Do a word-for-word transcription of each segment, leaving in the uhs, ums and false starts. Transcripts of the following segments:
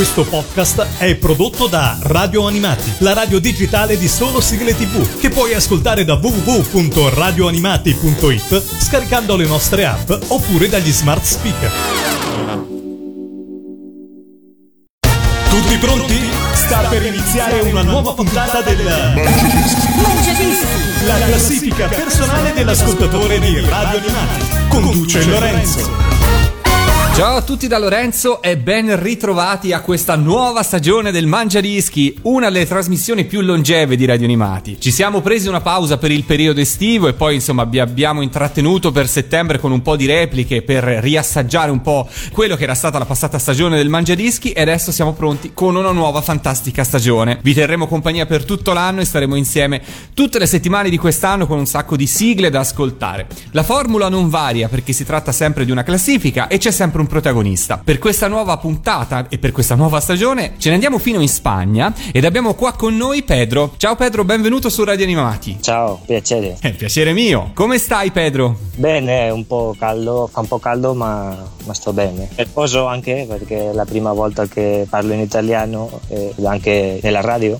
Questo podcast è prodotto da Radio Animati, la radio digitale di solo sigle tivù, che puoi ascoltare da w w w punto radio animati punto i t scaricando le nostre app oppure dagli smart speaker. Tutti pronti? Sta per iniziare una nuova puntata del Mangiadischi, la classifica personale dell'ascoltatore di Radio Animati. Conduce Lorenzo. Ciao a tutti da Lorenzo e ben ritrovati a questa nuova stagione del Mangiadischi, una delle trasmissioni più longeve di Radio Animati. Ci siamo presi una pausa per il periodo estivo e poi insomma vi abbiamo intrattenuto per settembre con un po' di repliche per riassaggiare un po' quello che era stata la passata stagione del Mangiadischi e adesso siamo pronti con una nuova fantastica stagione. Vi terremo compagnia per tutto l'anno e staremo insieme tutte le settimane di quest'anno con un sacco di sigle da ascoltare. La formula non varia perché si tratta sempre di una classifica e c'è sempre un protagonista. Per questa nuova puntata e per questa nuova stagione ce ne andiamo fino in Spagna ed abbiamo qua con noi Pedro. Ciao Pedro, benvenuto su Radio Animati. Ciao, piacere. Eh, piacere mio. Come stai Pedro? Bene, un po' caldo, fa un po' caldo ma, ma sto bene. Nervoso anche perché è la prima volta che parlo in italiano e anche nella radio,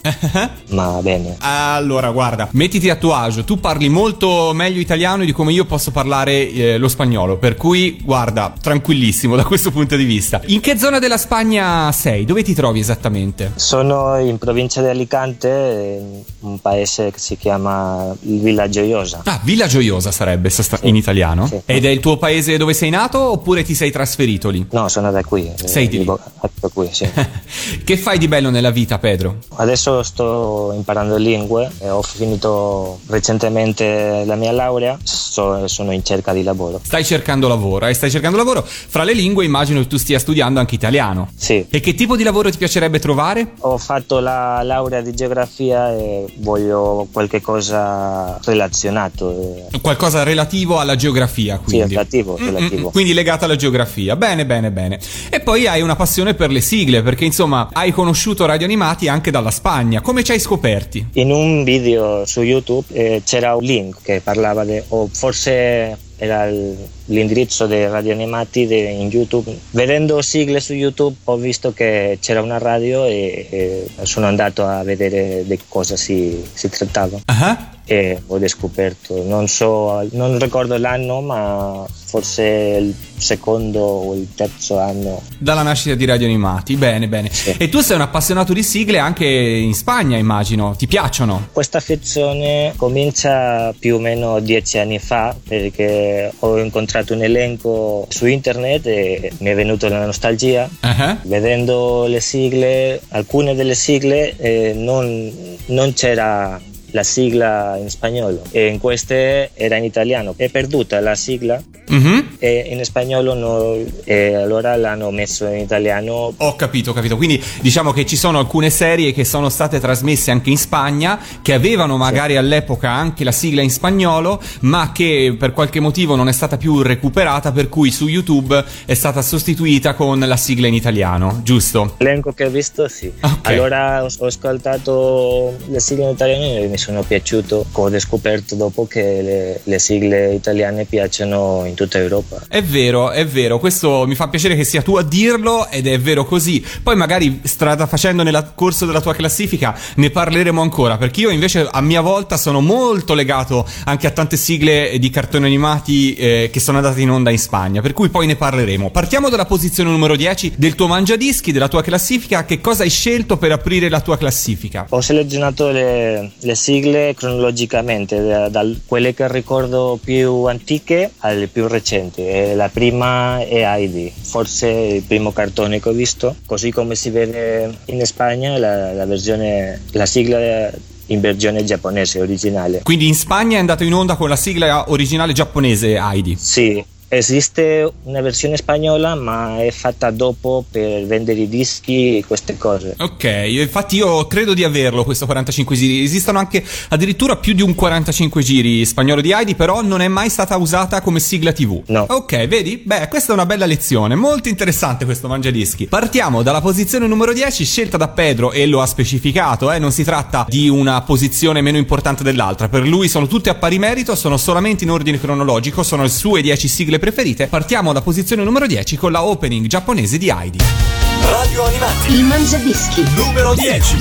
ma bene. Allora guarda, mettiti a tuo agio, tu parli molto meglio italiano di come io posso parlare eh, lo spagnolo, per cui guarda, tranquillissimo da questo punto di vista. In che zona della Spagna sei? Dove ti trovi esattamente? Sono in provincia di Alicante, un paese che si chiama Villa Gioiosa. Ah, Villa Gioiosa sarebbe sì. In italiano? Sì. Ed è il tuo paese dove sei nato oppure ti sei trasferito lì? No, sono da qui. Sei di lì? Da qui, sì. Che fai di bello nella vita, Pedro? Adesso sto imparando lingue, e ho finito recentemente la mia laurea, so, sono in cerca di lavoro. Stai cercando lavoro, eh? Stai cercando lavoro. Fra le lingue immagino che tu stia studiando anche italiano. Sì. E che tipo di lavoro ti piacerebbe trovare? Ho fatto la laurea di geografia e voglio qualche cosa relazionato. Qualcosa relativo alla geografia, quindi. Sì, relativo, relativo. Mm-mm, quindi legata alla geografia. Bene, bene, bene. E poi hai una passione per le sigle, perché insomma hai conosciuto Radio Animati anche dalla Spagna. Come ci hai scoperti? In un video su YouTube eh, c'era un link che parlava di, o forse era il, l'indirizzo di Radio Animati de, in YouTube. Vedendo sigle su YouTube ho visto che c'era una radio e, e sono andato a vedere di cosa si, si trattava. Uh-huh. E ho scoperto, non so, non ricordo l'anno, ma forse il secondo o il terzo anno dalla nascita di Radio Animati. Bene, bene. Sì. E tu sei un appassionato di sigle anche in Spagna, immagino. Ti piacciono? Questa affezione comincia più o meno dieci anni fa, perché ho incontrato un elenco su internet e mi è venuta la nostalgia. Uh-huh. Vedendo le sigle, alcune delle sigle eh, non, non c'era la sigla in spagnolo e in queste era in italiano. È perduta la sigla. Mm-hmm. E in spagnolo no, e allora l'hanno messo in italiano. Ho capito, ho capito. Quindi diciamo che ci sono alcune serie che sono state trasmesse anche in Spagna, che avevano magari sì. all'epoca anche la sigla in spagnolo, ma che per qualche motivo non è stata più recuperata, per cui su YouTube è stata sostituita con la sigla in italiano, giusto? L'elenco che ho visto, sì. Okay. Allora ho, ho ascoltato le sigle in italiano e mi sono piaciuto. Ho scoperto dopo che le, le sigle italiane piacciono in tutta Europa. È vero, è vero, questo mi fa piacere che sia tu a dirlo ed è vero così. Poi magari strada facendo nel corso della tua classifica ne parleremo ancora, perché io invece a mia volta sono molto legato anche a tante sigle di cartoni animati eh, che sono andate in onda in Spagna, per cui poi ne parleremo. Partiamo dalla posizione numero dieci del tuo Mangiadischi, della tua classifica. Che cosa hai scelto per aprire la tua classifica? Ho selezionato le, le sigle cronologicamente, da, da quelle che ricordo più antiche alle più recenti. E la prima è Heidi, forse il primo cartone che ho visto, così come si vede in Spagna la, la versione, la sigla in versione giapponese originale. Quindi in Spagna è andato in onda con la sigla originale giapponese Heidi? Sì. Esiste una versione spagnola, ma è fatta dopo per vendere i dischi e queste cose. Ok, infatti io credo di averlo questo quarantacinque giri. Esistono anche addirittura più di un quarantacinque giri spagnolo di Heidi, però non è mai stata usata come sigla tivù. No. Ok, vedi? Beh, questa è una bella lezione, molto interessante questo Mangiadischi. Partiamo dalla posizione numero dieci, scelta da Pedro, e lo ha specificato, eh? Non si tratta di una posizione meno importante dell'altra. Per lui sono tutte a pari merito, sono solamente in ordine cronologico, sono le sue dieci sigle preferite. Partiamo da posizione numero dieci con la opening giapponese di Heidi. Radio Animati. Il Mangiadischi. Numero dieci.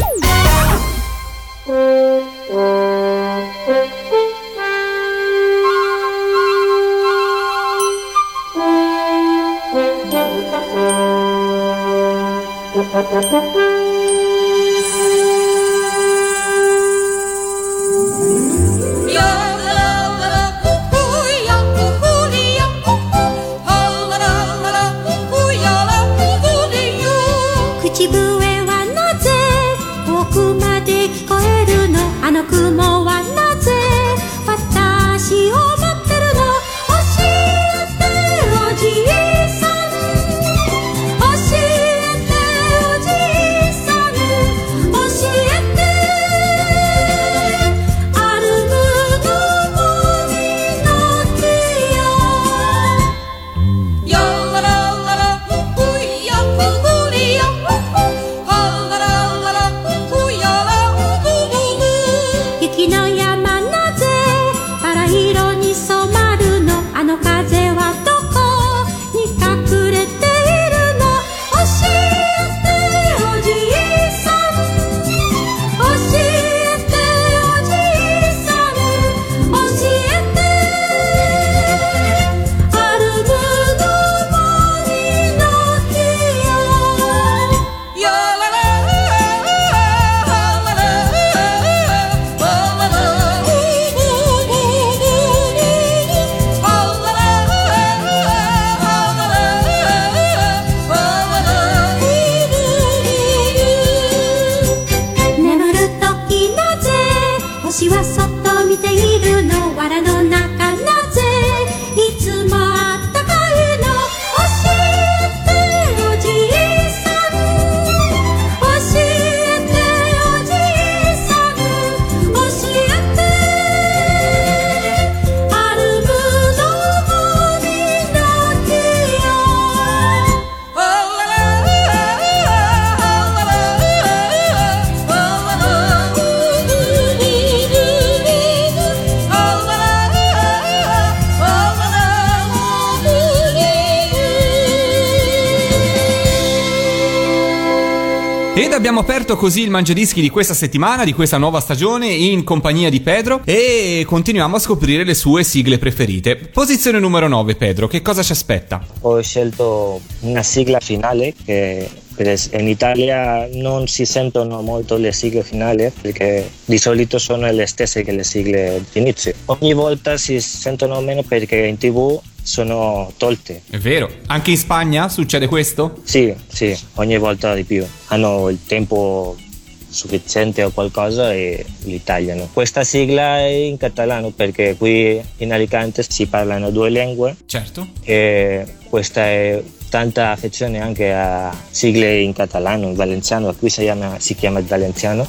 Ed abbiamo aperto così il Mangiadischi di questa settimana, di questa nuova stagione, in compagnia di Pedro, e continuiamo a scoprire le sue sigle preferite. Posizione numero nove, Pedro, che cosa ci aspetta? Ho scelto una sigla finale che in Italia non si sentono molto le sigle finali perché di solito sono le stesse che le sigle d'inizio. Ogni volta si sentono meno perché in tv sono tolte. È vero. Anche in Spagna succede questo? Sì, sì, ogni volta di più. Hanno il tempo sufficiente o qualcosa e li tagliano. Questa sigla è in catalano perché qui in Alicante si parlano due lingue. Certo. E questa è tanta affezione anche a sigle in catalano, in valenciano. Qui si chiama, si chiama valenciano,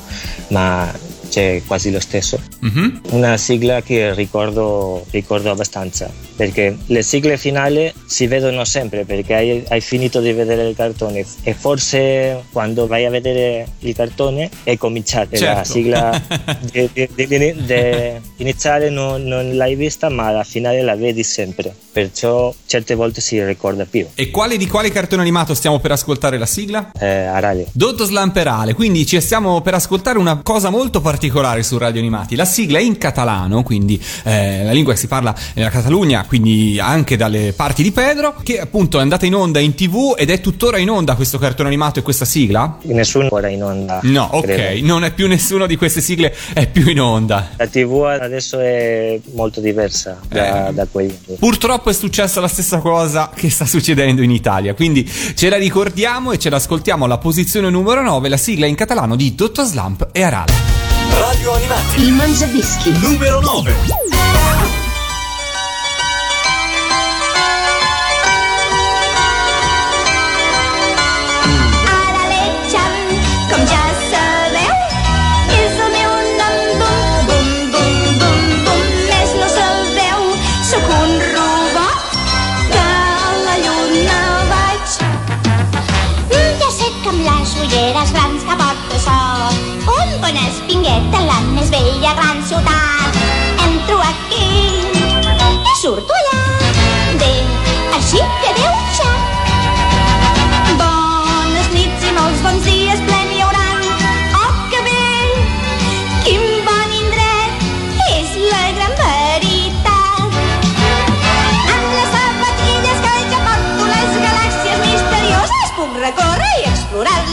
ma c'è quasi lo stesso. Mm-hmm. Una sigla che ricordo, ricordo abbastanza perché le sigle finali si vedono sempre perché hai, hai finito di vedere il cartone e forse quando vai a vedere il cartone è cominciata. Certo. La sigla di, di, di, di, di iniziale non, non l'hai vista, ma alla finale la vedi sempre, perciò certe volte si ricorda più. E quale di quale cartone animato stiamo per ascoltare la sigla? Eh, Arale. Dotto Slamperale, quindi ci stiamo per ascoltare una cosa molto particolare su Radio Animati. La sigla è in catalano, quindi eh, la lingua che si parla nella Catalogna, quindi anche dalle parti di Pedro, che appunto è andata in onda in tv ed è tuttora in onda questo cartone animato e questa sigla? Nessuno ora in onda. No, ok, credo. Non è più nessuno di queste sigle, è più in onda. La tv adesso è molto diversa da, eh, da quelli. Purtroppo è successa la stessa cosa che sta succedendo in Italia, quindi ce la ricordiamo e ce l'ascoltiamo alla posizione numero nove, la sigla in catalano di Dotto Slump e Arale. Radio Animati. Il Mangiadischi. Numero nove. Ulleres grans que porto sol, un bon espinguet a la més bella gran ciutat. Entro aquí i surto allà, bé, així que adéu xat. Bones nits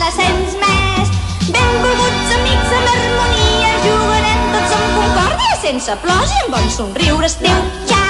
sense més. Benvolguts amics amb harmonia, jugarem tots amb concòrdia, sense plors i amb bon somriure esteu ja.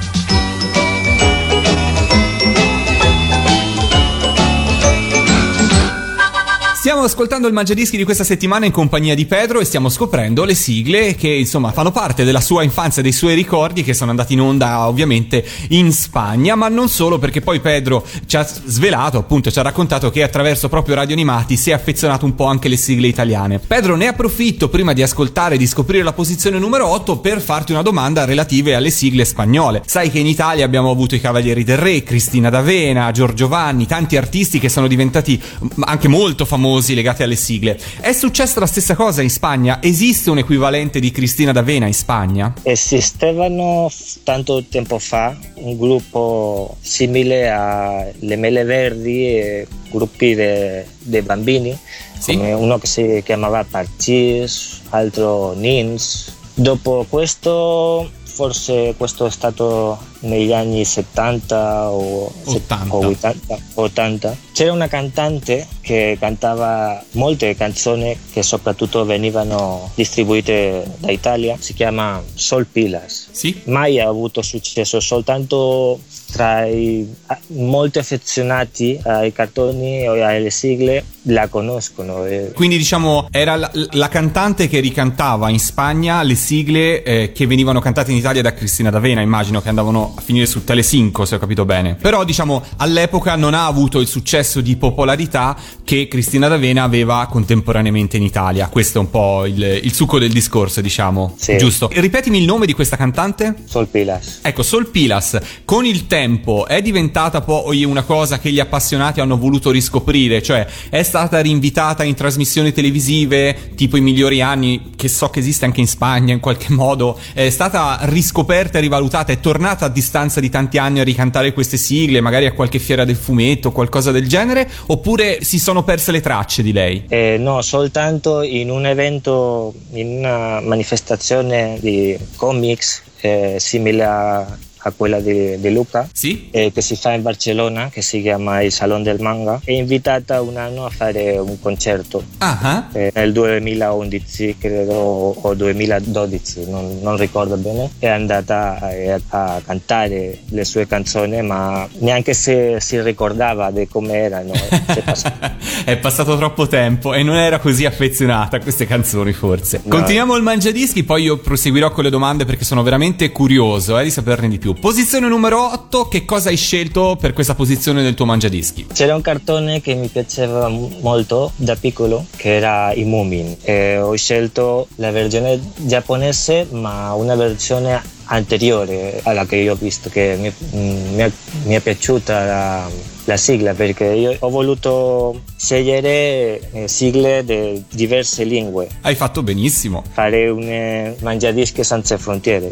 Stiamo ascoltando il Mangiadischi di questa settimana in compagnia di Pedro e stiamo scoprendo le sigle che insomma fanno parte della sua infanzia, dei suoi ricordi, che sono andati in onda ovviamente in Spagna, ma non solo, perché poi Pedro ci ha svelato, appunto ci ha raccontato che attraverso proprio Radio Animati si è affezionato un po' anche alle sigle italiane. Pedro, ne approfitto prima di ascoltare e di scoprire la posizione numero otto per farti una domanda relative alle sigle spagnole. Sai che in Italia abbiamo avuto i Cavalieri del Re, Cristina D'Avena, Giorgio Vanni, tanti artisti che sono diventati anche molto famosi legate alle sigle. È successa la stessa cosa in Spagna? Esiste un equivalente di Cristina D'Avena in Spagna? Esistevano tanto tempo fa un gruppo simile alle Mele Verdi e gruppi di bambini, sì? Come uno che si chiamava Parchís, altro Nins. Dopo questo, forse questo è stato negli anni settanta o ottanta. O ottanta, ottanta. C'era una cantante che cantava molte canzoni che soprattutto venivano distribuite da Italia, si chiama Sol Pilas. Sì. Mai ha avuto successo, soltanto tra i molti affezionati ai cartoni o alle sigle la conoscono. Quindi diciamo era la, la cantante che ricantava in Spagna le sigle eh, che venivano cantate in Italia da Cristina D'Avena, immagino che andavano a finire su Telecinco, se ho capito bene. Però diciamo all'epoca non ha avuto il successo di popolarità che Cristina D'Avena aveva contemporaneamente in Italia. Questo è un po' il, il succo del discorso, diciamo. Sì. Giusto. E ripetimi il nome di questa cantante? Sol Pilas. Ecco, Sol Pilas con il tempo è diventata poi una cosa che gli appassionati hanno voluto riscoprire, cioè è stata rinvitata in trasmissioni televisive tipo I Migliori Anni, che so che esiste anche in Spagna in qualche modo, è stata riscoperta e rivalutata, è tornata a distanza di tanti anni a ricantare queste sigle, magari a qualche fiera del fumetto, qualcosa del genere, oppure si sono perse le tracce di lei? Eh, no, soltanto in un evento, in una manifestazione di comics eh, simile a a quella di, di Luca, sì? eh, che si fa in Barcellona, che si chiama il Salon del Manga. È invitata un anno a fare un concerto uh-huh. eh, nel duemilaundici credo o duemiladodici, non, non ricordo bene. È andata a, a cantare le sue canzoni, ma neanche se si ricordava di come erano. È passato. È passato troppo tempo e non era così affezionata a queste canzoni, forse. No. Continuiamo il Mangiadischi, poi io proseguirò con le domande perché sono veramente curioso eh, di saperne di più. Posizione numero otto, che cosa hai scelto per questa posizione del tuo Mangiadischi? C'era un cartone che mi piaceva molto da piccolo, che era i Moomin. E ho scelto la versione giapponese, ma una versione anteriore alla che io ho visto, che mi, mi, è, mi è piaciuta la, la sigla, perché io ho voluto scegliere eh, sigle di diverse lingue. Hai fatto benissimo. Fare un eh, Mangiadischi senza frontiere.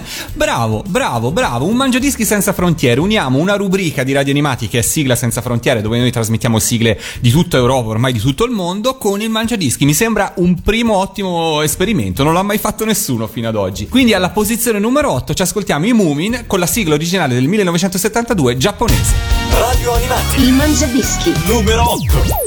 Bravo, bravo, bravo. Un Mangiadischi senza frontiere. Uniamo una rubrica di Radio Animati che è Sigla senza frontiere, dove noi trasmettiamo sigle di tutta Europa, ormai di tutto il mondo, con il Mangiadischi. Mi sembra un primo ottimo esperimento, non l'ha mai fatto nessuno fino ad oggi. Quindi alla posizione numero otto ci ascoltiamo i Moomin con la sigla originale del millenovecentosettantadue giapponese. Radio Animati, il Mangiadischi numero otto.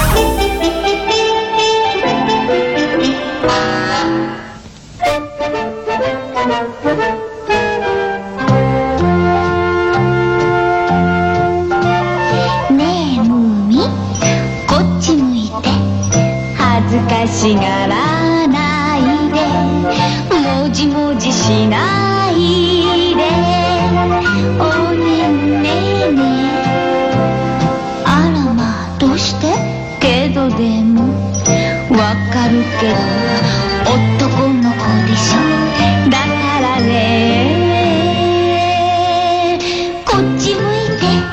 しがらないでもじもじしないでおねんねんねあらまあどうしてけどでもわかるけど男の子でしょだからねこっち向いて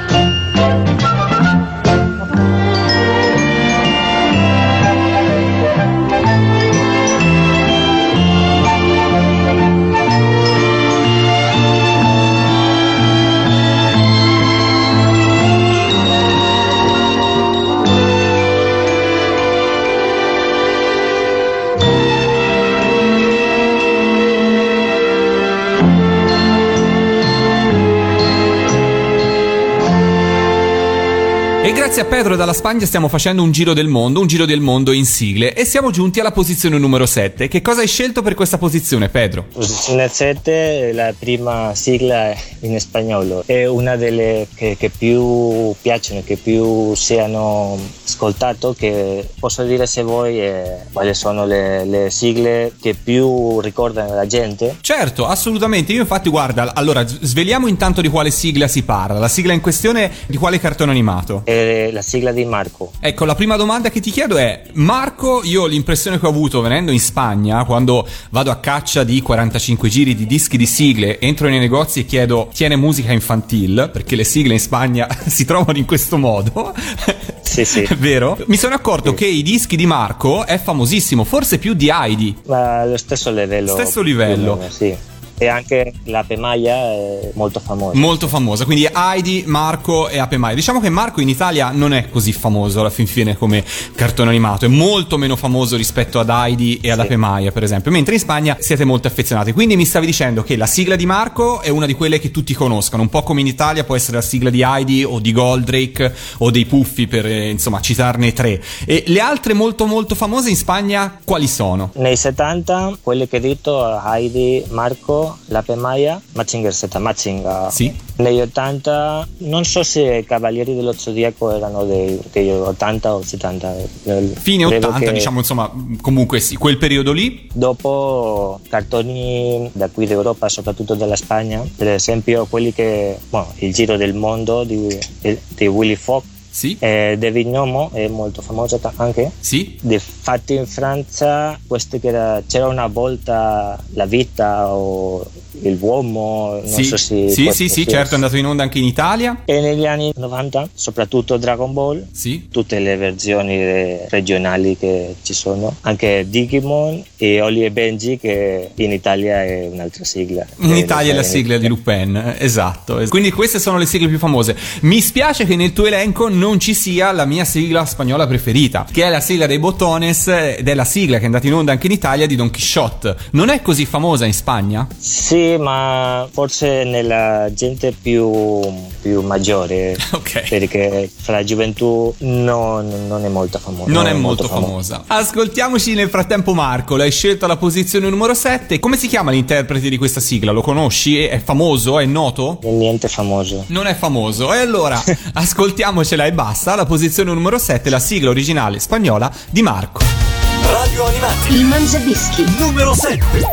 grazie a Pedro dalla Spagna stiamo facendo un giro del mondo, un giro del mondo in sigle e siamo giunti alla posizione numero sette. Che cosa hai scelto per questa posizione, Pedro? Posizione sette, la prima sigla in spagnolo, è una delle che, che più piacciono, che più si hanno ascoltato, che posso dire se vuoi eh, quali sono le, le sigle che più ricordano la gente. Certo, assolutamente, io infatti guarda, allora sveliamo intanto di quale sigla si parla. La sigla in questione di quale cartone animato? È la sigla di Marco. Ecco, la prima domanda che ti chiedo è: Marco, io l'impressione che ho avuto venendo in Spagna, quando vado a caccia di quarantacinque giri di dischi di sigle, entro nei negozi e chiedo tiene musica infantil, perché le sigle in Spagna si trovano in questo modo. Sì, sì. Vero? Mi sono accorto sì. che i dischi di Marco è famosissimo, forse più di Heidi. Ma allo stesso livello. Stesso livello. Meno, sì. E anche l'Ape Maia è molto famosa. Molto famosa, quindi Heidi, Marco e Ape Maia. Diciamo che Marco in Italia non è così famoso alla fin fine come cartone animato, è molto meno famoso rispetto ad Heidi e ad sì. Ape Maia per esempio, mentre in Spagna siete molto affezionati. Quindi mi stavi dicendo che la sigla di Marco è una di quelle che tutti conoscono, un po' come in Italia può essere la sigla di Heidi o di Goldrake o dei Puffi, per eh, insomma citarne tre. E le altre molto molto famose in Spagna quali sono? Nei settanta quelle che ho detto, Heidi, Marco, l'Ape Maia, Mazinger Z, Mazinga. Sì. Negli ottanta, non so se Cavalieri dello Zodiaco erano dei, degli ottanta o settanta. Fine ottanta, che... diciamo, insomma, comunque sì, quel periodo lì. Dopo cartoni da qui d'Europa, soprattutto dalla Spagna, per esempio quelli che, bueno, Il Giro del Mondo di, di Willy Fogg. Sì. Eh, David Nomo è molto famoso anche. Sì. Infatti in Francia questo che era, c'era una volta la vita o il uomo, non sì. so se sì sì sì certo, è andato in onda anche in Italia. E negli anni novanta soprattutto Dragon Ball, sì. tutte le versioni regionali che ci sono, anche Digimon e Oli e Benji, che in Italia è un'altra sigla. In Italia è la sigla di Lupin, esatto. Quindi queste sono le sigle più famose. Mi spiace che nel tuo elenco non ci sia la mia sigla spagnola preferita, che è la sigla dei Botones, ed è la sigla che è andata in onda anche in Italia di Don Quixote. Non è così famosa in Spagna? Sì, ma forse nella gente più, più maggiore, okay. Perché fra la gioventù non, non è molto famosa. Non, non è, è molto, molto famosa. famosa. Ascoltiamoci nel frattempo Marco, l'hai scelto alla posizione numero sette. Come si chiama l'interprete di questa sigla? Lo conosci? È famoso? È noto? È niente famoso. Non è famoso. E allora ascoltiamocela e basta. La posizione numero sette, la sigla originale spagnola di Marco. Radio Animati, il Mangiadischi numero sette.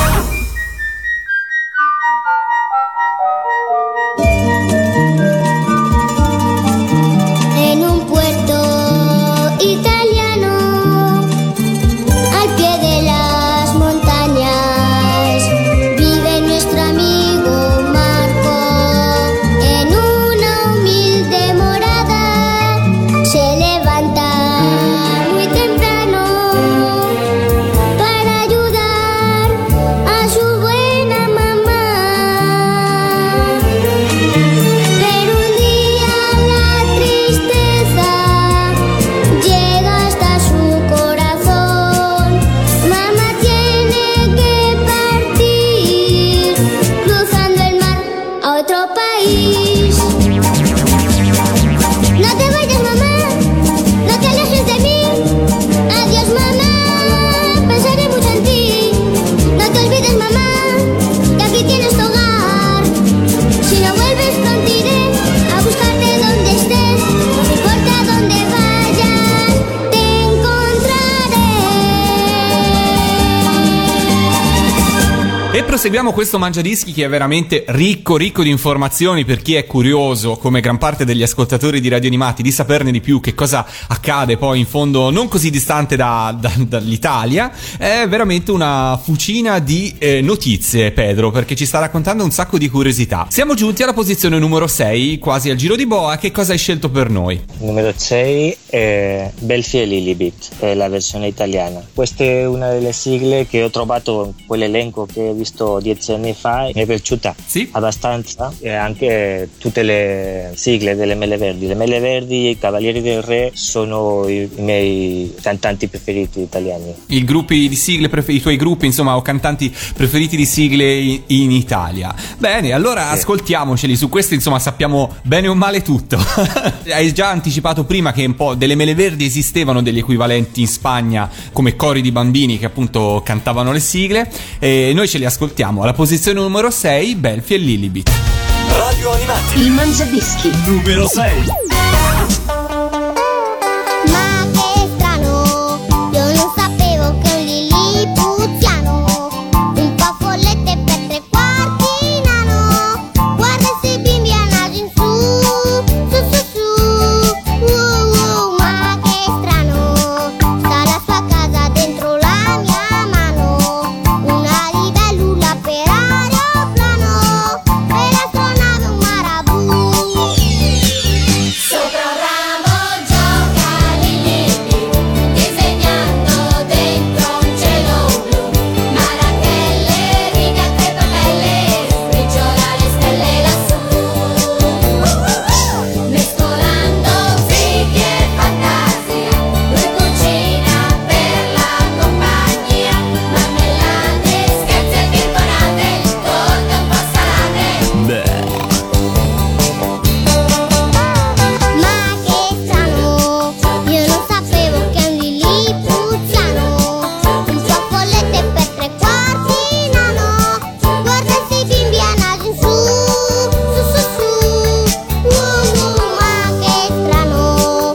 Proseguiamo questo Mangiadischi che è veramente ricco, ricco di informazioni per chi è curioso, come gran parte degli ascoltatori di Radio Animati, di saperne di più che cosa accade poi in fondo non così distante da, da, dall'Italia. È veramente una fucina di eh, notizie, Pedro, perché ci sta raccontando un sacco di curiosità. Siamo giunti alla posizione numero sei, quasi al giro di boa. Che cosa hai scelto per noi? Numero sei è Belfi e Lilibit, è la versione italiana. Questa è una delle sigle che ho trovato in quell'elenco che ho visto visto dieci anni fa e mi è piaciuta sì. abbastanza, e anche tutte le sigle delle Mele Verdi. Le Mele Verdi e i Cavalieri del Re sono i, i miei cantanti preferiti italiani. I gruppi di sigle, prefer- i tuoi gruppi insomma o cantanti preferiti di sigle in, in Italia. Bene, allora sì. ascoltiamoceli, su questo insomma sappiamo bene o male tutto. Hai già anticipato prima che un po' delle Mele Verdi esistevano degli equivalenti in Spagna come cori di bambini che appunto cantavano le sigle, e noi ce li ascoltiamo. Alla posizione numero sei, Belfi e Lilibit. Radio Animati, il Mangiadischi numero sei. Ma che strano, io non sapevo che un lilipuziano, un po' follette per tre quarti nano, guarda se i bimbi a naso in su, su su su, uh, uh, ma che strano, sta la sua casa dentro la mia mano, una libellula per aeroplano, e l'astronave un marabù. Sopra un ramo gioca Lilibit, disegnando dentro un cielo blu, marachelle, righe a tre papelle, briciola le stelle lassù, mescolando frighi e fantasia, lui cucina per la compagnia, marmellate, scherzi e virgonate, torte un po' salate. Ma che strano, io non sapevo che un lilipuziano, un po' follette per tre quarti nano, guarda se i bimbi a naso in su, su su su, uh, uh, ma che strano.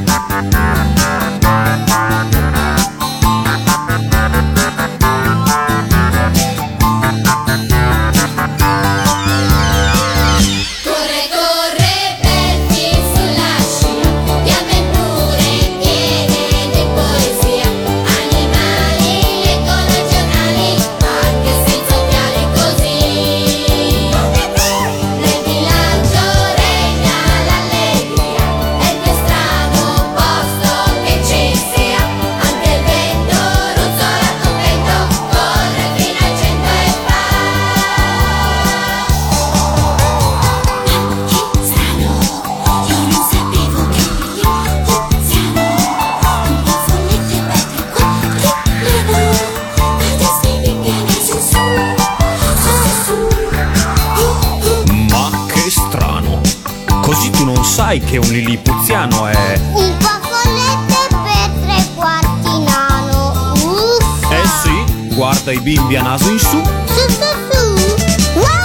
Corre, corre, Belfi sulla scia, di avventure piene di poesia, animali leggono i giornali, anche senza occhiali così. Nel villaggio regna l'allegria, è il più strano posto che ci sia, anche il vento ruzzola contento, corre fino al cento e fa. Che strano, io non sapevo che un lilipuziano, un po' follette per tre quarti nano, guarda se i bimbi a naso in su, su su su, uh, uh. Ma che strano! Così tu non sai che un lilipuziano è... Un po' follette per tre quarti nano, uff. Eh sì, guarda i bimbi a naso in su. Su su su, wow.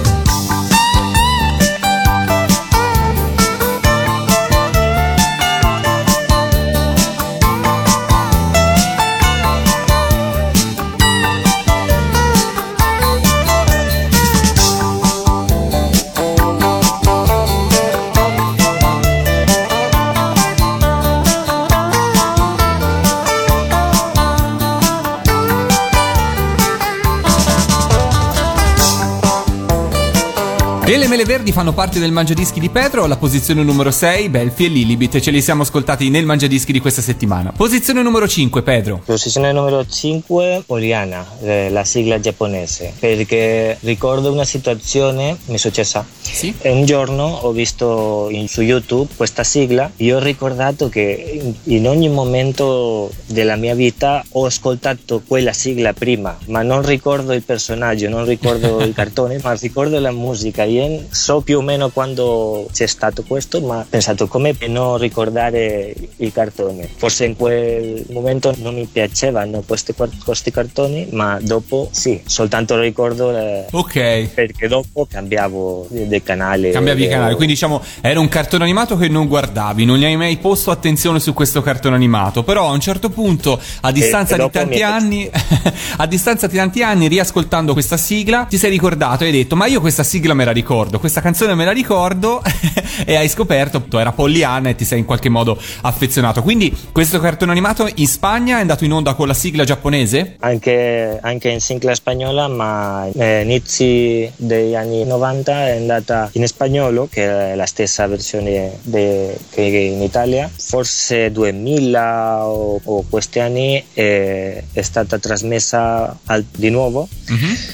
E le Mele Verdi fanno parte del Mangiadischi di Pedro. Alla posizione numero sei, Belfi e Lilibit, ce li siamo ascoltati nel Mangiadischi di questa settimana. Posizione numero cinque, Pedro. Posizione numero cinque, Oriana, eh, la sigla giapponese, perché ricordo una situazione mi è successa. Sì. E un giorno ho visto in, su YouTube questa sigla e ho ricordato che in, in ogni momento della mia vita ho ascoltato quella sigla prima, ma non ricordo il personaggio, non ricordo il cartone, ma ricordo la musica. Io so più o meno quando c'è stato questo, ma ho pensato come non ricordare il cartone. Forse in quel momento non mi piacevano questi, questi cartoni, ma dopo sì, soltanto ricordo eh, Ok. perché dopo cambiavo di canale. Cambiavi eh, canale, quindi diciamo era un cartone animato che non guardavi, non gli hai mai posto attenzione su questo cartone animato, però a un certo punto, a distanza e di dopo tanti mi è anni, a distanza di tanti anni, riascoltando questa sigla, ti sei ricordato e hai detto: ma io questa sigla me la ricordo, questa canzone me la ricordo, e hai scoperto, tu era Pollyanna, e ti sei in qualche modo affezionato. Quindi questo cartone animato in Spagna è andato in onda con la sigla giapponese? Anche, anche in sigla spagnola, ma eh, inizi degli anni novanta è andata in spagnolo, che è la stessa versione de, che in Italia. Forse duemila o, o questi anni è, è stata trasmessa al, di nuovo. Mm-hmm.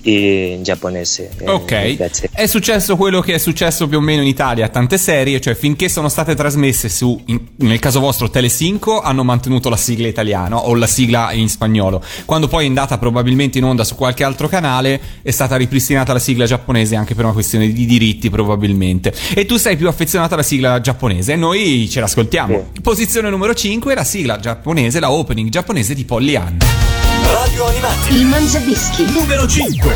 in giapponese. Ok, è successo quello che è successo più o meno in Italia a tante serie, cioè finché sono state trasmesse su, in, nel caso vostro, Telecinco, hanno mantenuto la sigla italiana o la sigla in spagnolo. Quando poi è andata probabilmente in onda su qualche altro canale è stata ripristinata la sigla giapponese, anche per una questione di diritti probabilmente. E tu sei più affezionato alla sigla giapponese e noi ce l'ascoltiamo. Sì. Posizione numero cinque, la sigla giapponese, la opening giapponese di Pollyanna. Radio Animati, il Mangiadischi numero cinque.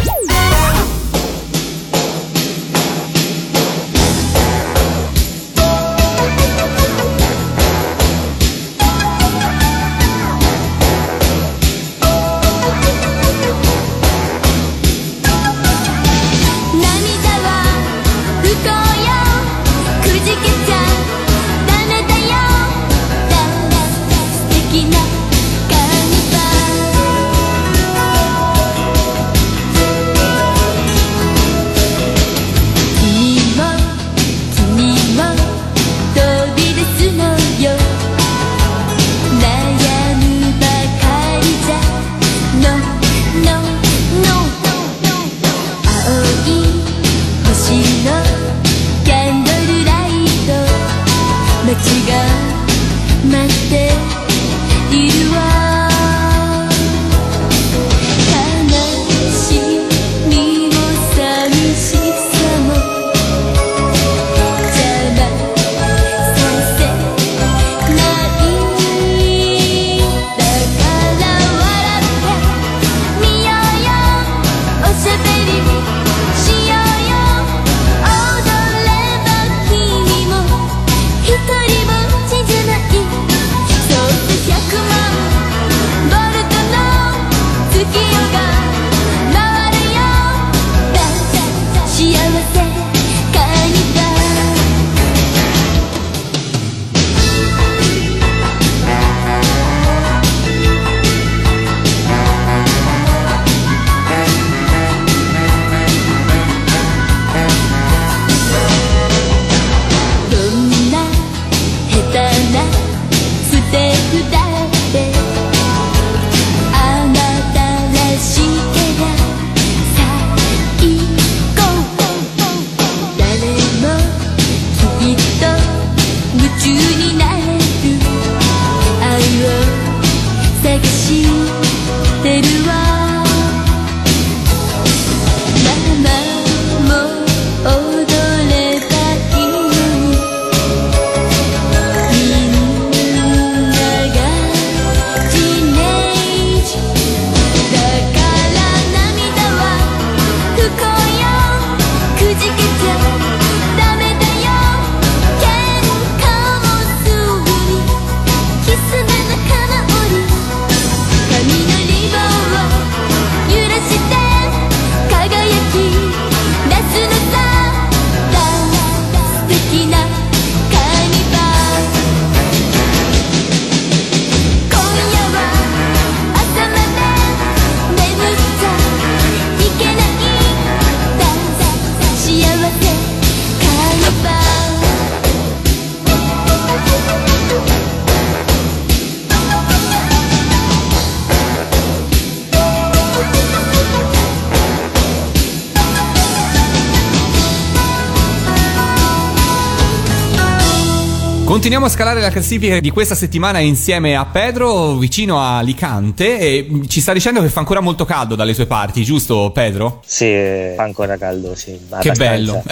「Continuiamo a scalare la classifica di questa settimana insieme a Pedro, vicino a Alicante, e ci sta dicendo che fa ancora molto caldo dalle tue parti, giusto Pedro? Sì, fa ancora caldo, sì. Che bello.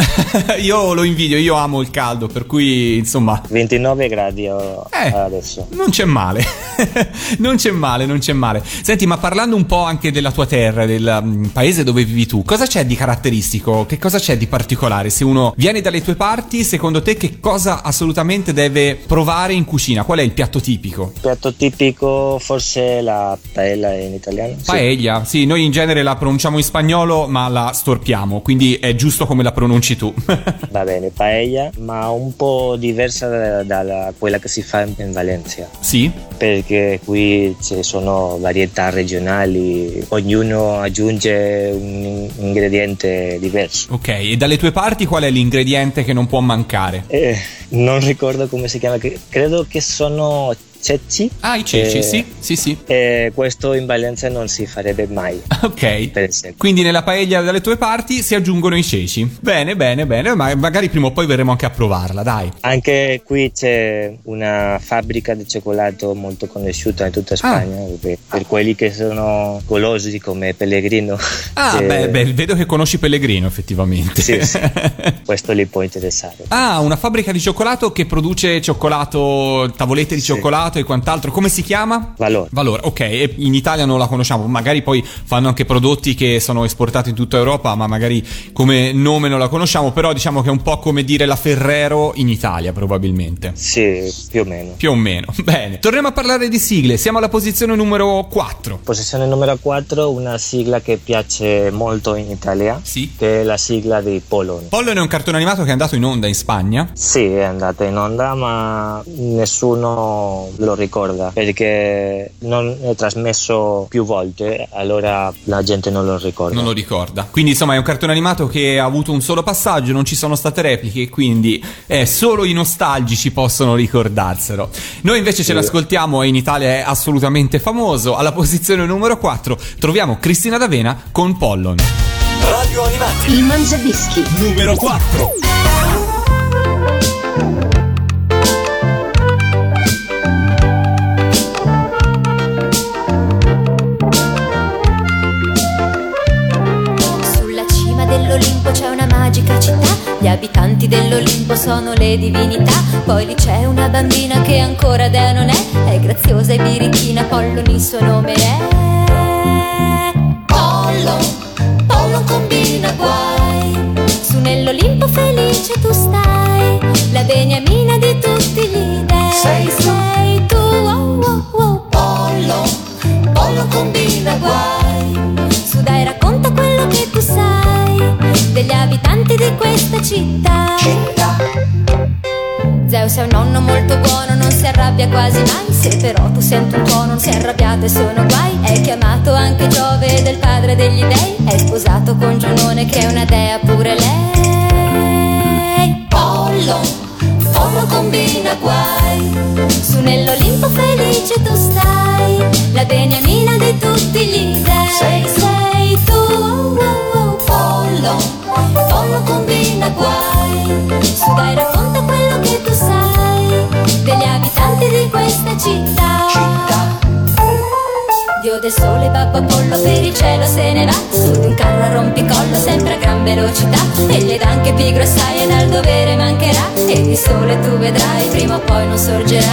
Io lo invidio, io amo il caldo, per cui insomma... ventinove gradi eh, adesso. Non c'è male, non c'è male, non c'è male. Senti, ma parlando un po' anche della tua terra, del um, paese dove vivi tu, cosa c'è di caratteristico? Che cosa c'è di particolare? Se uno viene dalle tue parti, secondo te che cosa assolutamente deve provare in cucina? Qual è il piatto tipico? Il piatto tipico forse la paella in italiano. Paella, sì. Sì, noi in genere la pronunciamo in spagnolo ma la storpiamo, quindi è giusto come la pronunci tu. Va bene, paella, ma un po' diversa da, da quella che si fa in Valencia. Sì? Perché qui ci sono varietà regionali, ognuno aggiunge un ingrediente diverso. Ok, e dalle tue parti qual è l'ingrediente che non può mancare? Eh, non ricordo come si chiama, credo che sono ceci. Ah, i ceci, eh, sì, sì, sì. E questo in Valencia non si farebbe mai. Ok. Per esempio. Quindi nella paella dalle tue parti si aggiungono i ceci. Bene, bene, bene. Ma magari prima o poi verremo anche a provarla, dai. Anche qui c'è una fabbrica di cioccolato molto conosciuta in tutta Spagna, Ah. per, per quelli che sono golosi come Pellegrino. Ah, che- beh, beh, vedo che conosci Pellegrino effettivamente. Sì, sì. Questo li può interessare. Ah, una fabbrica di cioccolato che produce cioccolato, tavolette di Sì. cioccolato e quant'altro. Come si chiama? Valore. Valore, ok, e in Italia non la conosciamo, magari poi fanno anche prodotti che sono esportati in tutta Europa, ma magari come nome non la conosciamo, però diciamo che è un po' come dire la Ferrero in Italia probabilmente. Sì, più o meno. Più o meno. Bene, torniamo a parlare di sigle, siamo alla posizione numero quattro. Posizione numero quattro, una sigla che piace molto in Italia, Sì. che è la sigla di Pollon. Pollon è un cartone animato che è andato in onda in Spagna. Sì, è andata in onda, ma nessuno lo ricorda perché non è trasmesso più volte, allora la gente non lo ricorda. Non lo ricorda. Quindi insomma è un cartone animato che ha avuto un solo passaggio, non ci sono state repliche, quindi eh, solo i nostalgici possono ricordarselo. Noi invece ce l'ascoltiamo e in Italia è assolutamente famoso. Alla posizione numero quattro troviamo Cristina D'Avena con Pollon. Radio Animati Il Mangiadischi. numero quattro. Sulla cima dell'Olimpo c'è una magica città, gli abitanti dell'Olimpo sono le divinità. Poi lì c'è una bambina che ancora dea non è, è graziosa e birichina, Pollon il suo nome è. Pollon, Pollon combina guai, su nell'Olimpo felice tu stai, la beniamina di tutti gli dei. Sei, sei tu, oh, oh, oh. Pollon, Pollon combina guai, su dai racconta quello che tu sai degli abitanti di questa città. Città. Zeus è un nonno molto buono, non si arrabbia quasi mai, se però tu senti un tuono non si è arrabbiato e sono guai. È chiamato anche Giove del padre degli dei, è sposato con Giunone che è una dea pure lei. Pollon, Pollon combina guai, su nell'Olimpo felice tu stai, la beniamina di tutti gli dei. Sei, sei tu, oh, oh, oh. Pollon, Pollon combina guai, su dai racconta quello che tu sai degli abitanti di questa città. Città. Dio del sole, babbo Apollo, per il cielo se ne va, su di un carro a rompicollo, sempre a gran velocità, e le dà anche pigro assai e dal dovere mancherà, e di sole tu vedrai, prima o poi non sorgerà.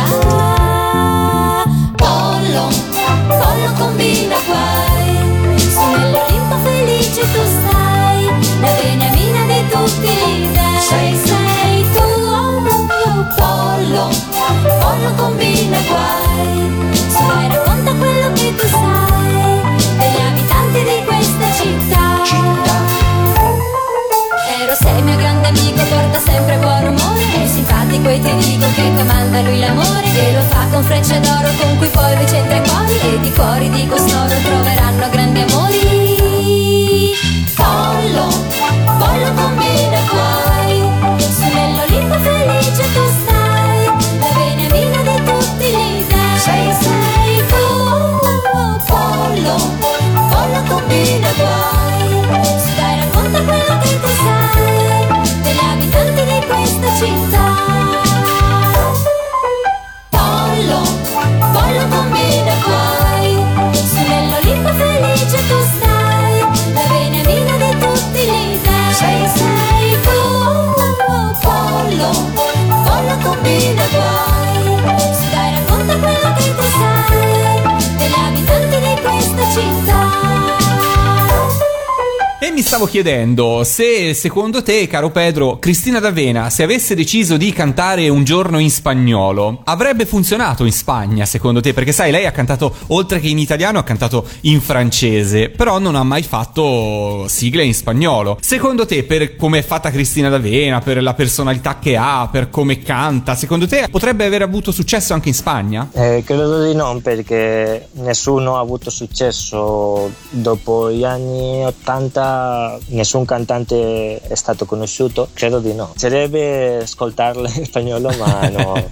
Pollon, Pollon combina guai, su nell'Olimpo felice tu stai, la beniamina di tutti gli dei. Sei, sei tu, oh, oh, oh. Pollon, Pollon combina guai, su dai racconta quello che tu sai degli abitanti di questa città. Città. Ero sei mio grande amico, porta sempre buon rumore, è simpatico e ti dico che comanda lui l'amore, e lo fa con frecce d'oro con cui poi lui c'entra i cuori, e di cuori di costoro troveranno grandi amori. Pollon, Pollon combina guai, su nell'Olimpo felice tu stai, la beniamina di tutti gli dei. Sei, sei tu, oh, oh, oh. Pollon, Pollon combina guai, su dai racconta quello che tu sai degli abitanti di questa città. Pollon, Pollon combina guai, su nell'Olimpo felice tu stai, la beniamina di tutti gli dei. Sei, sei tu, oh, oh, oh. Pollon, Pollon combina guai, su dai racconta quello che tu sai degli abitanti di questa città. E mi stavo chiedendo se secondo te, caro Pedro, Cristina D'Avena, se avesse deciso di cantare Un giorno in spagnolo, avrebbe funzionato in Spagna secondo te? Perché sai, lei ha cantato, oltre che in italiano, ha cantato in francese, però non ha mai fatto sigle in spagnolo. Secondo te, per come è fatta Cristina D'Avena, per la personalità che ha, per come canta, secondo te potrebbe aver avuto successo anche in Spagna? Eh, credo di no, perché nessuno ha avuto successo dopo gli anni ottanta, nessun cantante è stato conosciuto, credo di no. Sarebbe ascoltarla in spagnolo, ma no.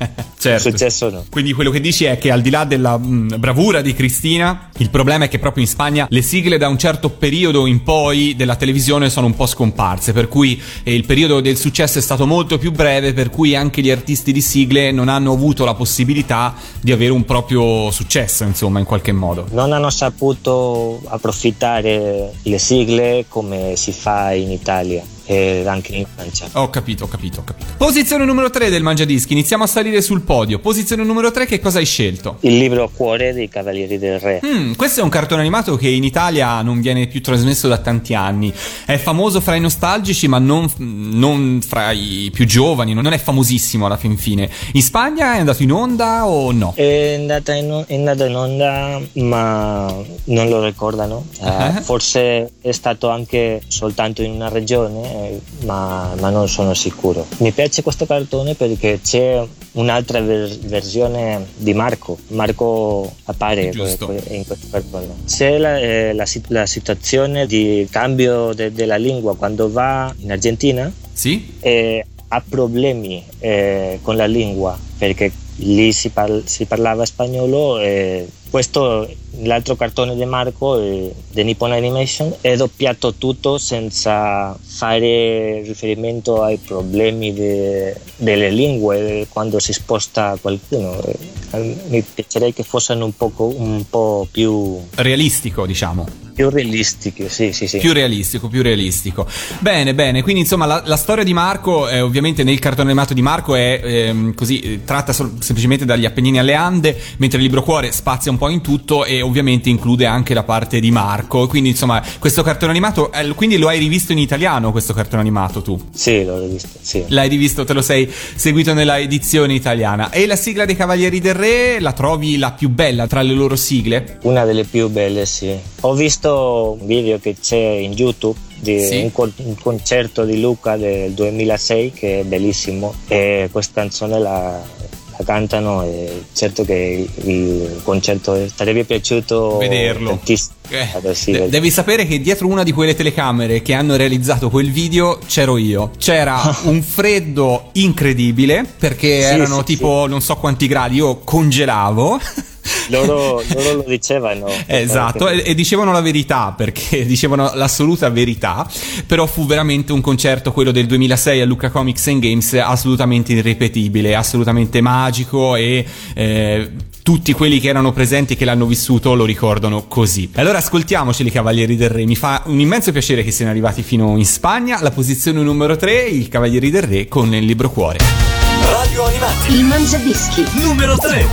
Certo. Successo no. Quindi quello che dici è che al di là della mh, bravura di Cristina, il problema è che proprio in Spagna le sigle da un certo periodo in poi della televisione sono un po' scomparse, per cui eh, il periodo del successo è stato molto più breve, per cui anche gli artisti di sigle non hanno avuto la possibilità di avere un proprio successo, insomma, in qualche modo. Non hanno saputo approfittare le sigle come si fa in Italia e anche in Francia. Ho capito, ho capito, ho capito. Posizione numero tre del Mangiadischi, iniziamo a salire sul podio. Posizione numero tre, che cosa hai scelto? Il libro Cuore dei Cavalieri del Re. Mm, questo è un cartone animato che in Italia non viene più trasmesso da tanti anni. È famoso fra i nostalgici, ma non, non fra i più giovani. Non è famosissimo alla fin fine. In Spagna è andato in onda o no? È andata in, è andato in onda, ma non lo ricordano. Uh-huh. Uh, forse è stato anche soltanto in una regione, Ma, ma non sono sicuro. Mi piace questo cartone perché c'è un'altra ver- versione di Marco. Marco appare que- in questo cartone. C'è la, eh, la, la situazione di cambio de- della lingua quando va in Argentina. Sì. E ha problemi eh, con la lingua perché lì si, par- si parlava spagnolo e questo, l'altro cartone di Marco, eh, di Nippon Animation, è doppiato tutto senza fare riferimento ai problemi de, delle lingue quando si sposta qualcuno. Eh, mi piacerebbe che fossero un po', un po' più realistico, diciamo. Più realistico, sì, sì, sì. Più realistico, più realistico. Bene, bene. Quindi, insomma, la, la storia di Marco, eh, ovviamente nel cartone animato di Marco è ehm, così, eh, tratta sol- semplicemente dagli Appennini alle Ande, mentre il libro Cuore spazia un po' in tutto e ovviamente include anche la parte di Marco. Quindi, insomma, questo cartone animato, eh, quindi lo hai rivisto in italiano questo cartone animato tu? Sì, l'ho rivisto, sì. L'hai rivisto, te lo sei seguito nella edizione italiana. E la sigla dei Cavalieri del Re la trovi la più bella tra le loro sigle? Una delle più belle, sì. Ho visto un video che c'è in YouTube di sì. un, con- un concerto di Luca del duemilasei che è bellissimo e questa canzone la, la cantano e certo che il, il concerto sarebbe piaciuto vederlo tantissimo. Eh, sì, de- devi sapere che dietro una di quelle telecamere che hanno realizzato quel video c'ero io. C'era un freddo incredibile perché sì, erano sì, tipo sì. non so quanti gradi, io congelavo. Loro, loro lo dicevano. Esatto, e, e dicevano la verità, perché dicevano l'assoluta verità. Però fu veramente un concerto, quello del duemilasei a Lucca Comics and Games, assolutamente irripetibile, assolutamente magico e eh, tutti quelli che erano presenti, che l'hanno vissuto, lo ricordano così. Allora ascoltiamoceli, Cavalieri del Re. Mi fa un immenso piacere che siano arrivati fino in Spagna. La posizione numero tre, i Cavalieri del Re con il libro Cuore. Radio Animati, il Mangiadischi numero tre.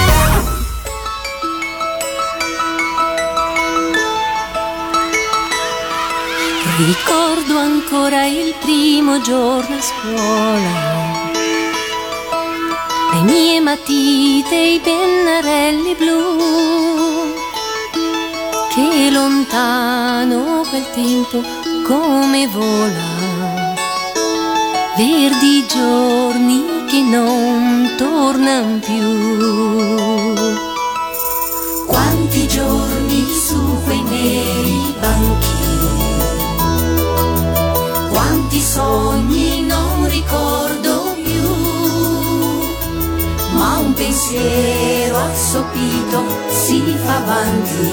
Ricordo ancora il primo giorno a scuola, le mie matite e i pennarelli blu, che lontano quel tempo come vola, verdi giorni che non tornano più. Quanti giorni su quei neri banchi, quanti sogni non ricordo più, ma un pensiero assopito si fa avanti,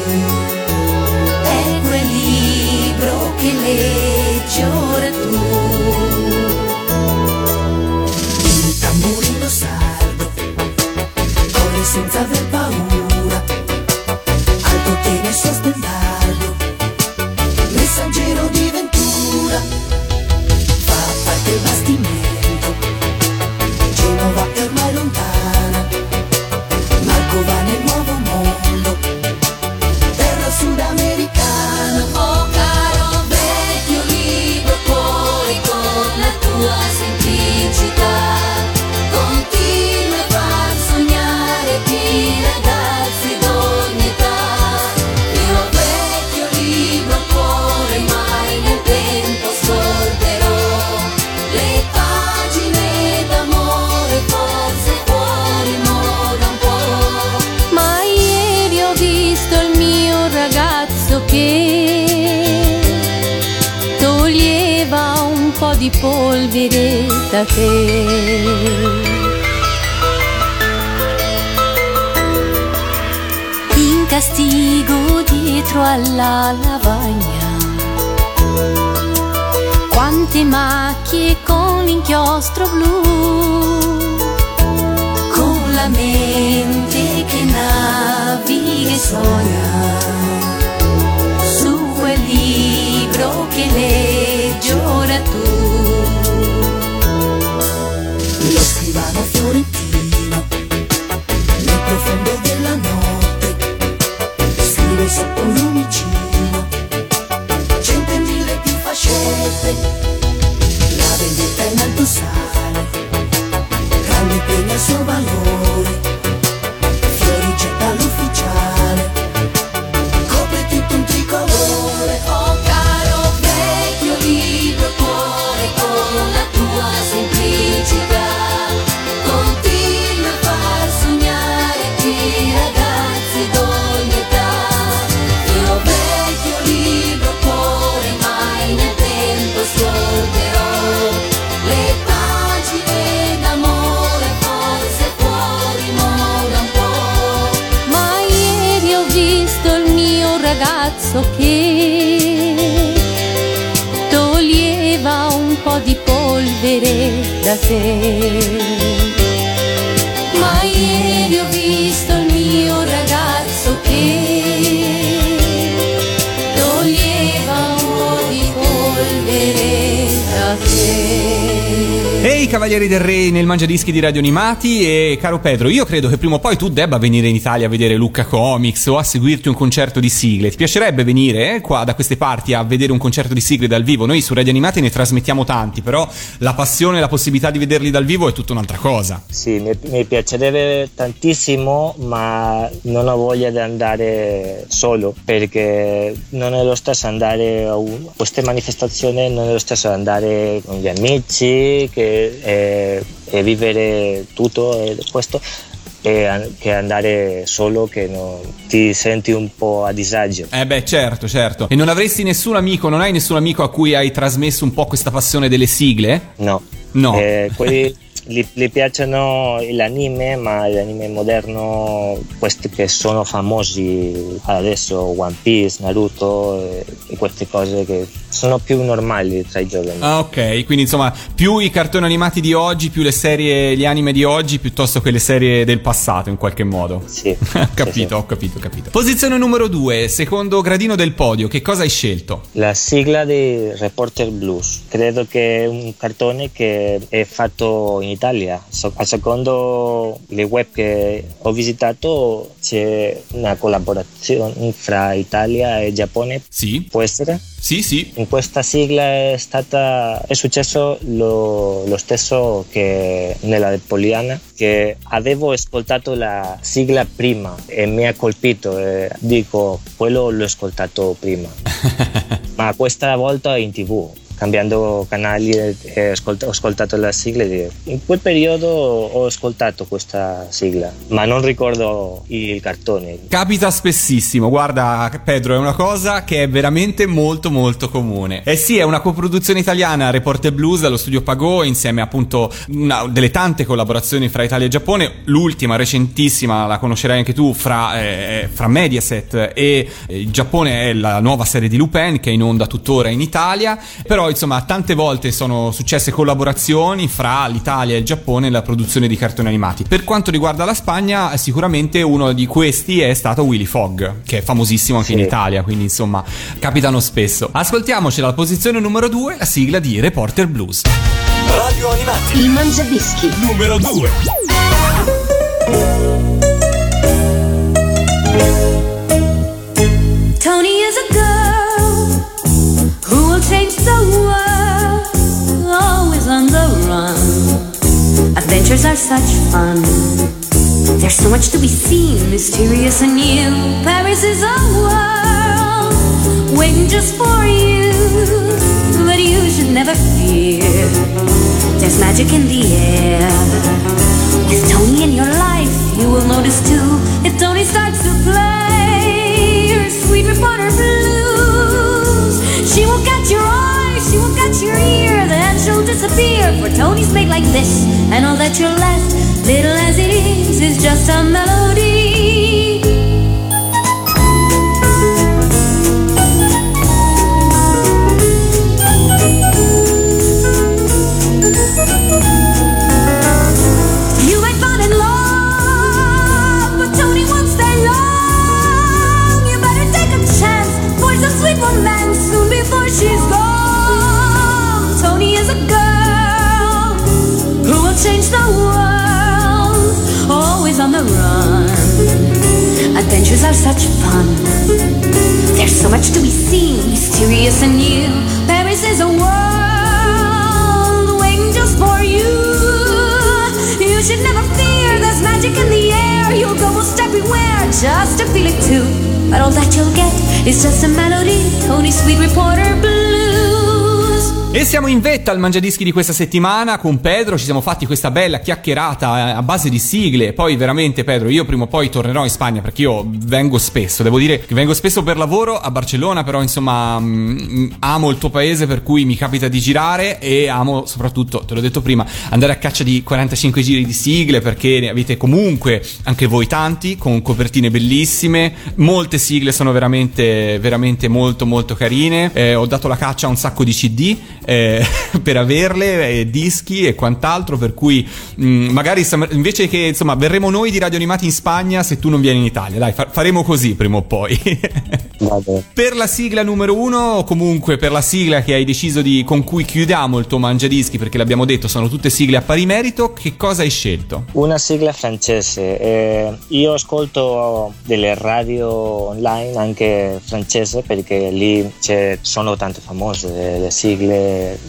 è quel libro che leggi ora tu. Il tamburino sardo corre senza aver paura, alto tiene il suo stendardo, messaggero di ventura, fa parte del bastimento, Genova è ormai lontana, Marco va nel nuovo mondo, terra sudamericana. Oh caro vecchio libro cuore, con la tua semplicità continua a far sognare chi ragazzi d'ogni età. Io vecchio libro cuore, mai nel tempo ascolterò le pagine d'amore, forse fuori moda un po'. Ma ieri ho visto il mio ragazzo che toglieva un po' di polvere da te. castigo dietro alla lavagna. Quante macchie con l'inchiostro blu, con la mente che naviga e sogna su quel libro che leggi ora tu. Lo scrivano fiorentino nel profondo della notte, scrive sotto un lumicino cento e mille più fascette. La vendetta in alto sale, grande pegna il suo valore, fiori getta l'ufficiale, copre tutto un tricolore. Oh caro vecchio libro cuore, con la tua semplicità continua a far sognare i ragazzi d'ogni età. Io vecchio libro cuore, mai nel tempo scorderò le pagine d'amore, forse fuori moda un po'. Ma ieri ho visto il mio ragazzo che toglieva un po' di polvere da te. Ma ieri ho visto il mio ragazzo che toglieva un po' di polvere da te. Ehi Cavalieri del Re nel Mangiadischi di Radio Animati. E caro Pedro, io credo che prima o poi tu debba venire in Italia a vedere Lucca Comics o a seguirti un concerto di sigle. Ti piacerebbe venire eh, qua da queste parti a vedere un concerto di sigle dal vivo? Noi su Radio Animati ne trasmettiamo tanti, però la passione e la possibilità di vederli dal vivo è tutta un'altra cosa. Sì, mi, mi piacerebbe tantissimo, ma non ho voglia di andare solo, perché non è lo stesso andare a un, queste manifestazioni, non è lo stesso andare con gli amici che e, e vivere tutto questo, e che andare solo, che non, ti senti un po' a disagio. Eh beh, certo, certo. E non avresti nessun amico, non hai nessun amico a cui hai trasmesso un po' questa passione delle sigle? No. No. Eh, quelli gli, gli piacciono l'anime, ma l'anime moderno, questi che sono famosi adesso, One Piece, Naruto e, e queste cose che sono più normali tra i giovani. Ah, ok, quindi insomma più i cartoni animati di oggi, più le serie, gli anime di oggi, piuttosto che le serie del passato in qualche modo. Sì. Ho capito, sì, sì. ho capito, ho capito. Posizione numero due, secondo gradino del podio, che cosa hai scelto? La sigla di Reporter Blues. Credo che è un cartone che è fatto in Italia. So, a secondo le web che ho visitato c'è una collaborazione fra Italia e Giappone. Sì. Può essere? Sì, sì. In questa sigla è stata è successo lo, lo stesso che nella Poliana, che avevo ascoltato la sigla prima e mi ha colpito e dico, quello l'ho ascoltato prima. Ma questa volta in TV, cambiando canali, e ascolt- ho ascoltato la sigla e in quel periodo ho ascoltato questa sigla, ma non ricordo il cartone. Capita spessissimo, guarda Pedro, è una cosa che è veramente molto molto comune. Eh sì, è una coproduzione italiana, Reporter Blues, dallo studio Pagò, insieme appunto una delle tante collaborazioni fra Italia e Giappone. L'ultima recentissima, la conoscerai anche tu, fra, eh, fra Mediaset e eh, il Giappone, è la nuova serie di Lupin che è in onda tuttora in Italia. Però insomma tante volte sono successe collaborazioni fra l'Italia e il Giappone nella produzione di cartoni animati. Per quanto riguarda la Spagna, sicuramente uno di questi è stato Willy Fogg, che è famosissimo anche sì. in Italia, quindi insomma capitano spesso. Ascoltiamoci alla posizione numero due la sigla di Reporter Blues. Radio Animati, il Mangiadischi numero due. Tony is a girl who will change the world, always on the run. Adventures are such fun. There's so much to be seen, mysterious and new. Paris is a world waiting just for you. But you should never fear, there's magic in the air. With Tony in your life, you will notice too, if Tony starts to play your sweet reporter blues. She will catch your eye, she will catch your ear, then she'll disappear. For Tony's made like this, and all that you're left, little as it is, is just a melody. adventures are such fun. There's so much to be seen, mysterious and new. Paris is a world waiting just for you. You should never fear, there's magic in the air. You'll go most everywhere just to feel it too. But all that you'll get is just a melody, Tony Sweet Reporter Blues. E siamo in vetta al Mangiadischi di questa settimana con Pedro, ci siamo fatti questa bella chiacchierata a base di sigle. Poi veramente Pedro, io prima o poi tornerò in Spagna perché io vengo spesso, devo dire che vengo spesso per lavoro a Barcellona, però insomma mh, amo il tuo paese, per cui mi capita di girare e amo soprattutto, te l'ho detto prima, andare a caccia di quarantacinque giri di sigle, perché ne avete comunque anche voi tanti, con copertine bellissime, molte sigle sono veramente veramente molto molto carine. Eh, ho dato la caccia a un sacco di C D Eh, per averle, eh, dischi e quant'altro, per cui mh, magari invece che insomma verremo noi di Radio Animati in Spagna se tu non vieni in Italia, dai, fa- faremo così prima o poi. Per la sigla numero uno, o comunque per la sigla che hai deciso di, con cui chiudiamo il tuo Mangiadischi, perché l'abbiamo detto sono tutte sigle a pari merito, che cosa hai scelto? Una sigla francese. Eh, io ascolto delle radio online anche francese, perché lì ci sono tante famose le sigle.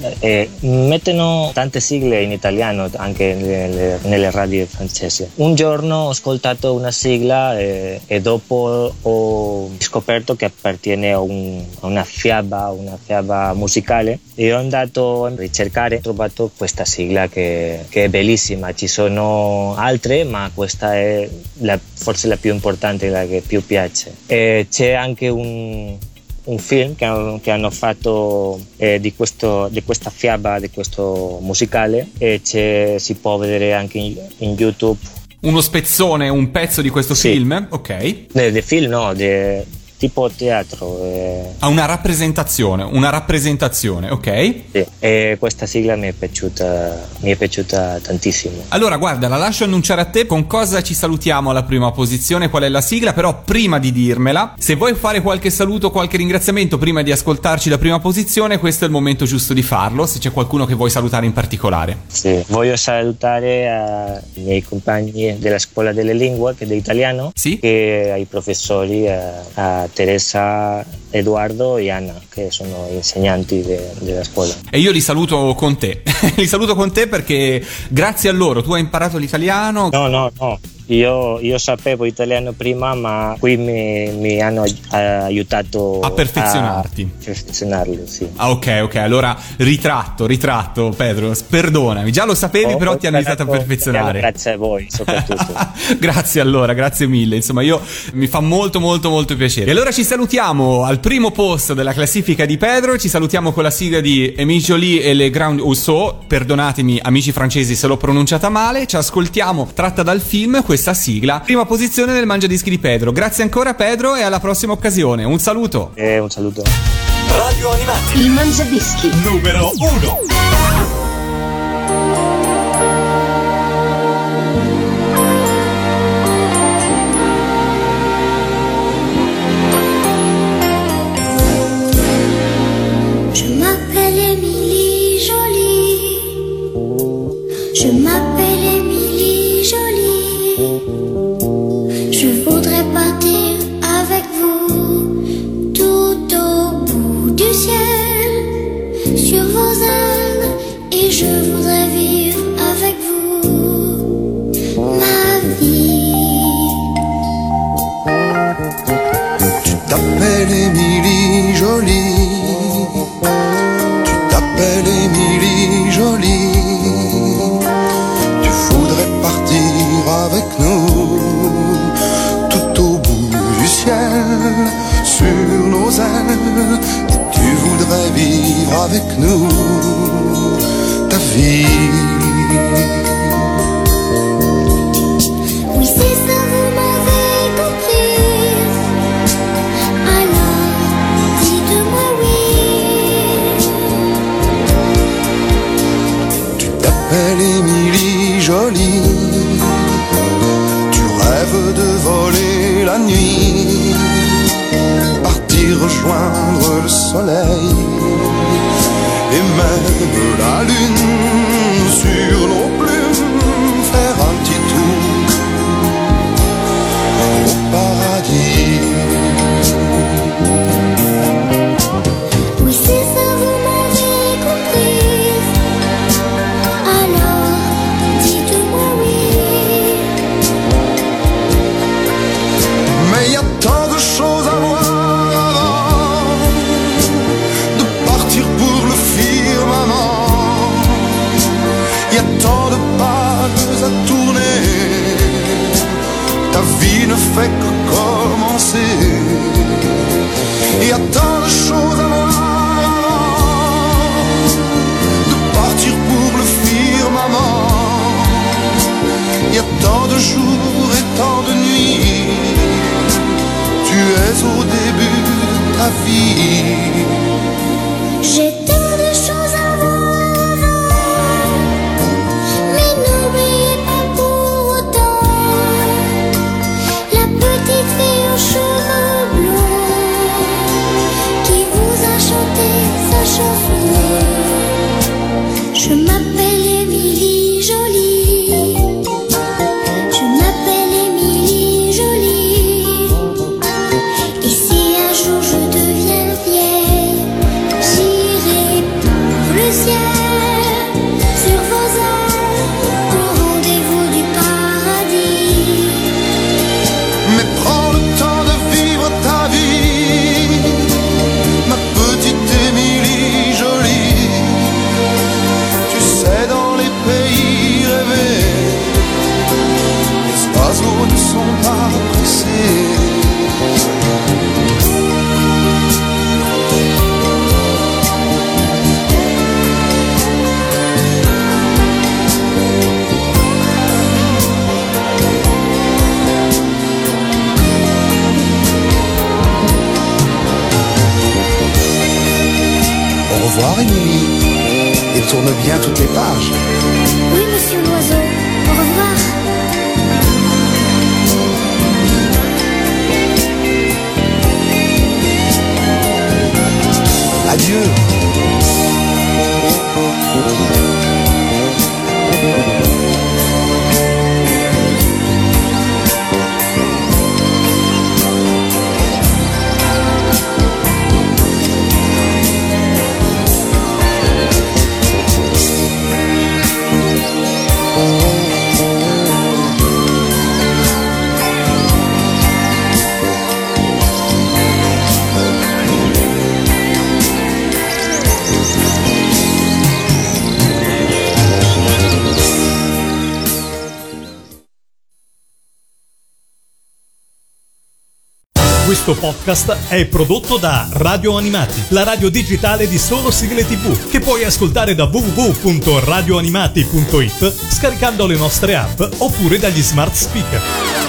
E mettono tante sigle in italiano anche nelle, nelle radio francesi. Un giorno ho ascoltato una sigla e, e dopo ho scoperto che appartiene a, un, a una fiaba, una fiaba musicale, e ho andato a ricercare, ho trovato questa sigla che, che è bellissima. Ci sono altre, ma questa è la, forse la più importante, la che più piace. E c'è anche un un film che hanno, che hanno fatto eh, di, questo, di questa fiaba, di questo musicale, e c'è, si può vedere anche in, in YouTube. Uno spezzone, un pezzo di questo sì. film? Ok. Del film no, de, tipo teatro. Eh. Ah, una rappresentazione, una rappresentazione, ok? Sì, e questa sigla mi è piaciuta, mi è piaciuta tantissimo. Allora guarda, la lascio annunciare a te con cosa ci salutiamo alla prima posizione, qual è la sigla, però prima di dirmela, se vuoi fare qualche saluto, qualche ringraziamento prima di ascoltarci la prima posizione, questo è il momento giusto di farlo, se c'è qualcuno che vuoi salutare in particolare. Sì, voglio salutare i miei compagni della scuola delle lingue, che è dell'italiano, sì? E ai professori, a, a Teresa, Edoardo e Anna, che sono insegnanti de, della scuola. E io li saluto con te, li saluto con te perché grazie a loro tu hai imparato l'italiano. No, no, no. Io, io sapevo italiano prima, ma qui mi, mi hanno aiutato a perfezionarti. A perfezionarlo, sì. Ah, ok, ok. Allora ritratto, ritratto, Pedro. Perdonami, già lo sapevi, oh, però ti hanno aiutato a perfezionare. Grazie a voi, soprattutto. Grazie allora, grazie mille. Insomma, io mi fa molto, molto, molto piacere. E allora ci salutiamo al primo posto della classifica di Pedro. Ci salutiamo con la sigla di Émile Joly e Le Grand Oiseaux. Perdonatemi, amici francesi, se l'ho pronunciata male. Ci ascoltiamo tratta dal film questa sigla, prima posizione nel Mangiadischi di Pedro. Grazie ancora Pedro e alla prossima occasione. Un saluto. E un saluto. Radio Animati, Il Mangiadischi numero uno. Je m'appelle Émilie Jolie. Je m'appelle Émilie Jolie. Je voudrais partir avec vous tout au bout du ciel, sur vos ailes, et je voudrais vivre avec vous ma vie. Tu t'appelles Émilie Jolie. Tu t'appelles Émilie Jolie. Tu voudrais partir avec nous tout au bout du ciel, sur nos ailes, et tu voudrais vivre avec nous ta vie. Oui, c'est ça, vous m'avez compris. Alors, dites-moi oui. Tu t'appelles Émilie Jolie. Tu rêves de voler la nuit, partir rejoindre le soleil et même la lune sur nos plumes, faire un petit tour au paradis. es au début de ta vie. J'ai tant de choses à voir, mais n'oubliez pas pour autant la petite fille aux cheveux blonds qui vous a chanté sa chanson. Je m'appelle Émilie Jolie, je m'appelle Émilie Jolie. Et si un jour je deviens vieille, j'irai pour le ciel, sur vos ailes, au rendez-vous du paradis. Mais prends le temps de vivre ta vie, ma petite Émilie Jolie. Tu sais, dans les pays rêvés, les oiseaux ne sont pas pressés. Au revoir Émilie, et tourne bien toutes les pages. Oui, monsieur l'oiseau, au revoir. Adieu. Questo podcast è prodotto da Radio Animati, la radio digitale di solo sigle tivù, che puoi ascoltare da w w w punto radio animati punto it scaricando le nostre app oppure dagli smart speaker.